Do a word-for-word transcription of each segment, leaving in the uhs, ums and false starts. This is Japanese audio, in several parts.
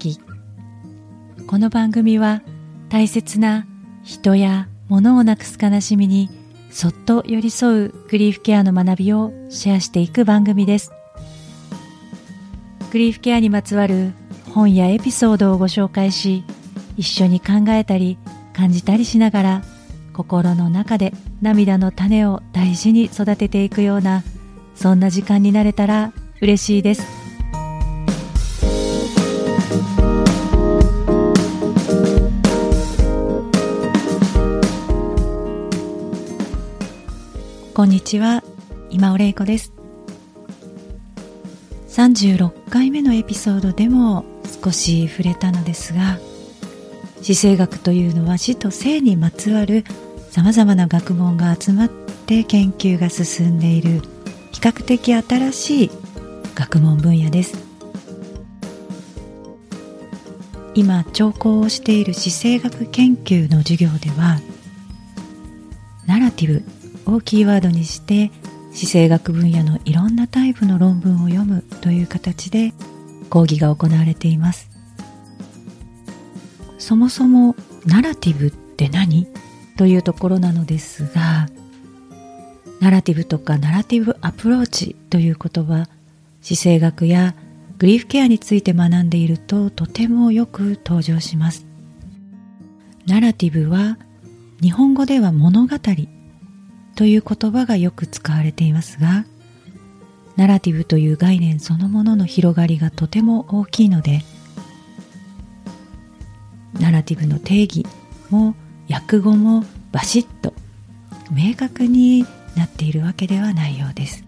き。この番組は大切な人や物をなくす悲しみにそっと寄り添うグリーフケアの学びをシェアしていく番組です。グリーフケアにまつわる本やエピソードをご紹介し、一緒に考えたり感じたりしながら、心の中で涙の種を大事に育てていくような、そんな時間になれたら嬉しいです。こんにちは、今尾玲子です。さんじゅうろっかいめのエピソードでも少し触れたのですが、死生学というのは死と生にまつわるさまざまな学問が集まって研究が進んでいる比較的新しい学問分野です。今聴講をしている死生学研究の授業では、ナラティブをキーワードにして死生学分野のいろんなタイプの論文を読むという形で講義が行われています。そもそもナラティブって何というところなのですが、ナラティブとかナラティブアプローチという言葉、死生学やグリーフケアについて学んでいるととてもよく登場します。ナラティブは日本語では物語という言葉がよく使われていますが、ナラティブという概念そのものの広がりがとても大きいので、ナラティブの定義も訳語もバシッと明確になっているわけではないようです。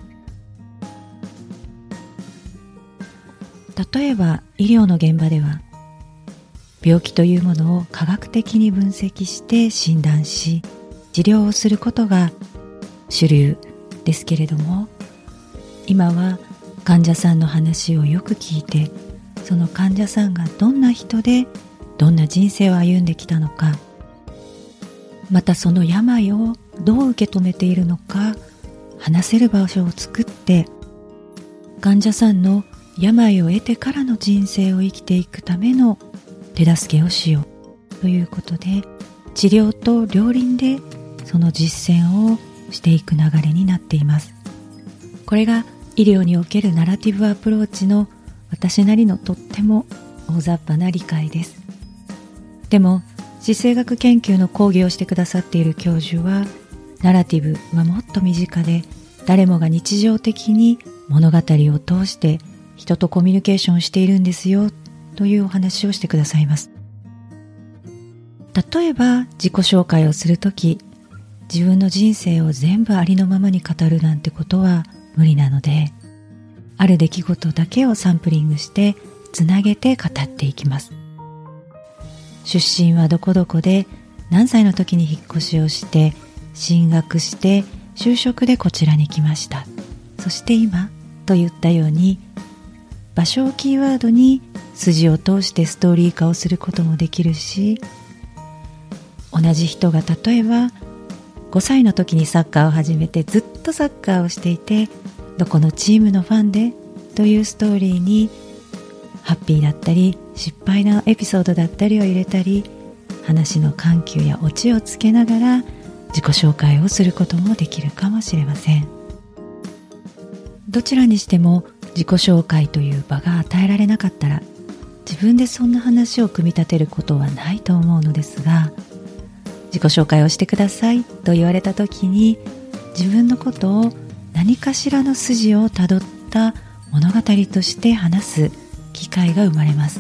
例えば医療の現場では、病気というものを科学的に分析して診断し治療をすることが主流ですけれども、今は患者さんの話をよく聞いて、その患者さんがどんな人でどんな人生を歩んできたのか、またその病をどう受け止めているのか、話せる場所を作って、患者さんの病を得てからの人生を生きていくための手助けをしようということで、治療と両輪でその実践をしていく流れになっています。これが医療におけるナラティブアプローチの私なりのとっても大雑把な理解です。でも死生学研究の講義をしてくださっている教授は、ナラティブはもっと身近で誰もが日常的に物語を通して人とコミュニケーションをしているんですよというお話をしてくださいます。例えば自己紹介をするとき、自分の人生を全部ありのままに語るなんてことは無理なので、ある出来事だけをサンプリングしてつなげて語っていきます。出身はどこどこで、何歳の時に引っ越しをして進学して就職でこちらに来ました、そして今といったように、場所をキーワードに筋を通してストーリー化をすることもできるし、同じ人が例えばごさいの時にサッカーを始めてずっとサッカーをしていて、どこのチームのファンでというストーリーにハッピーだったり失敗なエピソードだったりを入れたり、話の緩急やオチをつけながら自己紹介をすることもできるかもしれません。どちらにしても自己紹介という場が与えられなかったら、自分でそんな話を組み立てることはないと思うのですが、自己紹介をしてくださいと言われた時に、自分のことを何かしらの筋をたどった物語として話す機会が生まれます。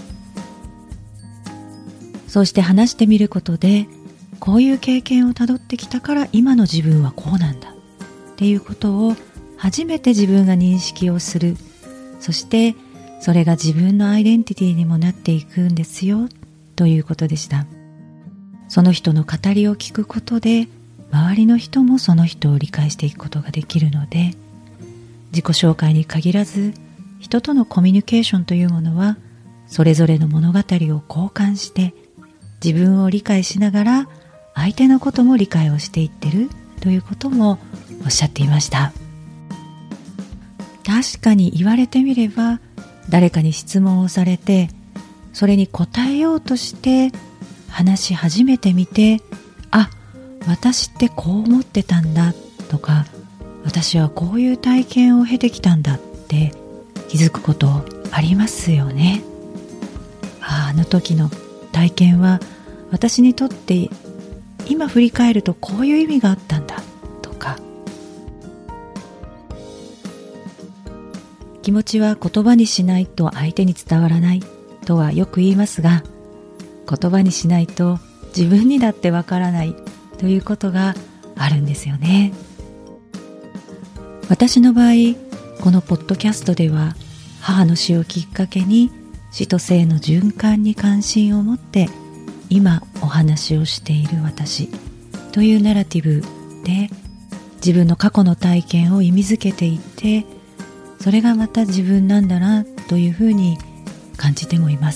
そうして話してみることで、こういう経験をたどってきたから今の自分はこうなんだっていうことを初めて自分が認識をする。そしてそれが自分のアイデンティティにもなっていくんですよということでした。その人の語りを聞くことで、周りの人もその人を理解していくことができるので、自己紹介に限らず人とのコミュニケーションというものは、それぞれの物語を交換して自分を理解しながら相手のことも理解をしていってるということもおっしゃっていました。確かに言われてみれば、誰かに質問をされてそれに答えようとして話し始めてみて、あ、私ってこう思ってたんだとか、私はこういう体験を経てきたんだって気づくことありますよね。あ、あの時の体験は私にとって今振り返るとこういう意味があったんだとか、気持ちは言葉にしないと相手に伝わらないとはよく言いますが、言葉にしないと自分にだってわからないということがあるんですよね。私の場合、このポッドキャストでは母の死をきっかけに死と生の循環に関心を持って今お話をしている私というナラティブで自分の過去の体験を意味づけていて、それがまた自分なんだなというふうに感じてもいます。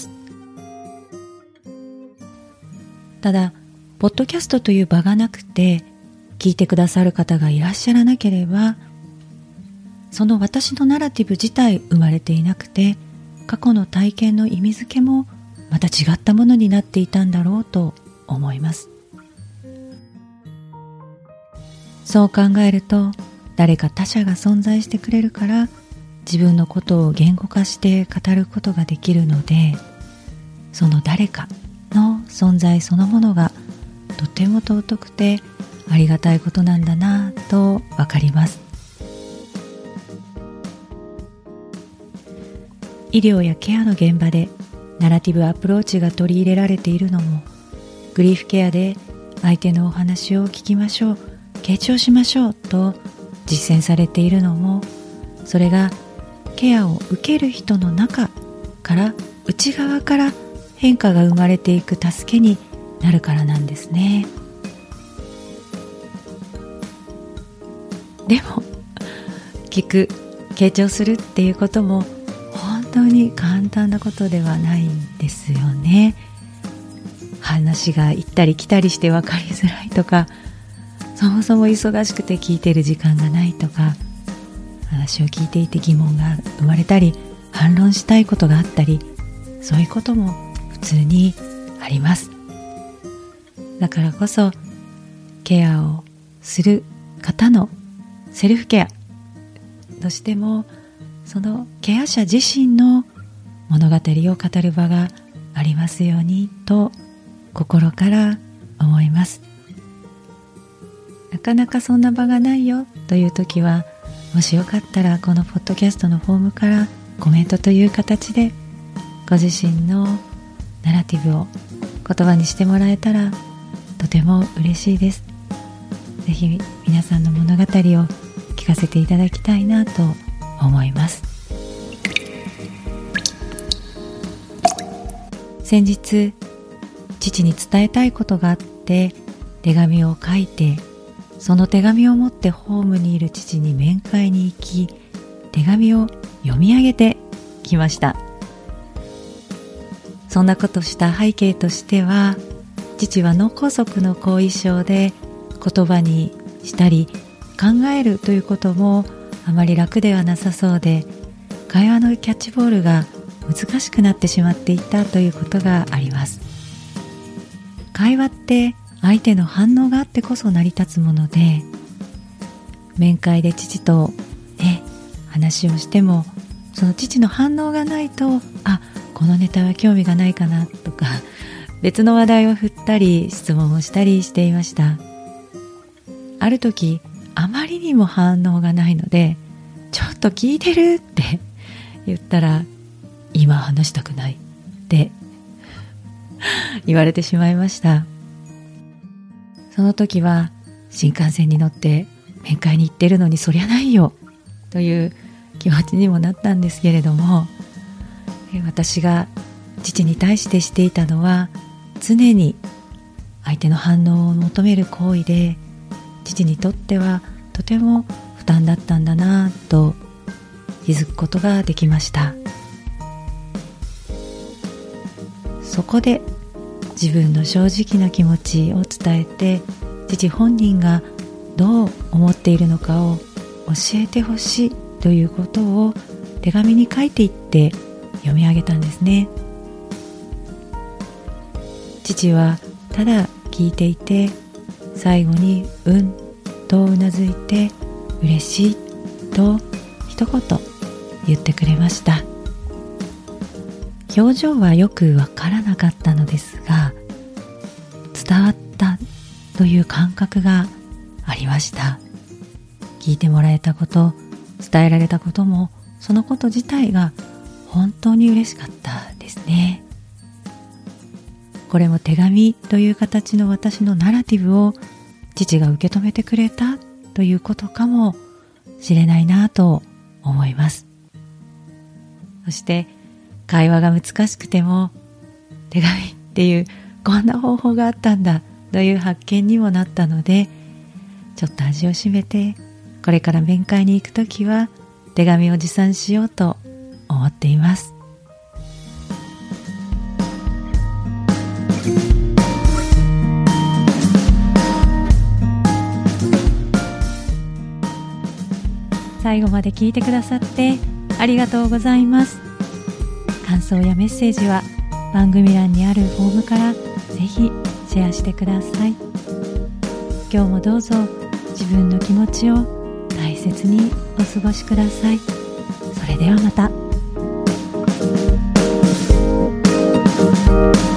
ただポッドキャストという場がなくて聞いてくださる方がいらっしゃらなければ、その私のナラティブ自体生まれていなくて、過去の体験の意味付けもまた違ったものになっていたんだろうと思います。そう考えると、誰か他者が存在してくれるから自分のことを言語化して語ることができるので、その誰かの存在そのものがとても尊くてありがたいことなんだなとわかります。医療やケアの現場でナラティブアプローチが取り入れられているのも、グリーフケアで相手のお話を聞きましょう、傾聴しましょうと実践されているのも、それがケアを受ける人の中から内側から変化が生まれていく助けになるからなんですね。でも聞く、傾聴するっていうことも本当に簡単なことではないんですよね。話が行ったり来たりして分かりづらいとか、そもそも忙しくて聞いてる時間がないとか、話を聞いていて疑問が生まれたり反論したいことがあったり、そういうことも普通にあります。だからこそケアをする方のセルフケアとしても、そのケア者自身の物語を語る場がありますようにと心から思います。なかなかそんな場がないよという時は、もしよかったらこのポッドキャストのフォームからコメントという形でご自身のナラティブを言葉にしてもらえたらとても嬉しいです。ぜひ皆さんの物語を聞かせていただきたいなと思います。先日父に伝えたいことがあって手紙を書いて、その手紙を持ってホームにいる父に面会に行き、手紙を読み上げてきました。そんなことした背景としては、父は脳梗塞の後遺症で言葉にしたり考えるということもあまり楽ではなさそうで、会話のキャッチボールが難しくなってしまっていたということがあります。会話って相手の反応があってこそ成り立つもので、面会で父とね話をしても、その父の反応がないと、あ、このネタは興味がないかなとか、別の話題を振ったり質問をしたりしていました。ある時あまりにも反応がないので、ちょっと聞いてるって言ったら、今話したくないって言われてしまいました。その時は新幹線に乗って面会に行ってるのにそりゃないよという気持ちにもなったんですけれども、私が父に対してしていたのは、常に相手の反応を求める行為で、父にとってはとても負担だったんだなと気づくことができました。そこで自分の正直な気持ちを伝えて、父本人がどう思っているのかを教えてほしいということを手紙に書いていって読み上げたんですね。 父はただ聞いていて、最後にうんとうなずいて嬉しいと一言言ってくれました。表情はよくわからなかったのですが、伝わったという感覚がありました。聞いてもらえたこと、伝えられたことも、そのこと自体が本当に嬉しかったですね。これも手紙という形の私のナラティブを父が受け止めてくれたということかもしれないなと思います。そして会話が難しくても、手紙っていうこんな方法があったんだという発見にもなったので、ちょっと味を占めて、これから面会に行くときは手紙を持参しようと思っています。最後まで聞いてくださってありがとうございます。感想やメッセージは番組欄にあるフォームからぜひシェアしてください。今日もどうぞ自分の気持ちを大切にお過ごしください。それではまた。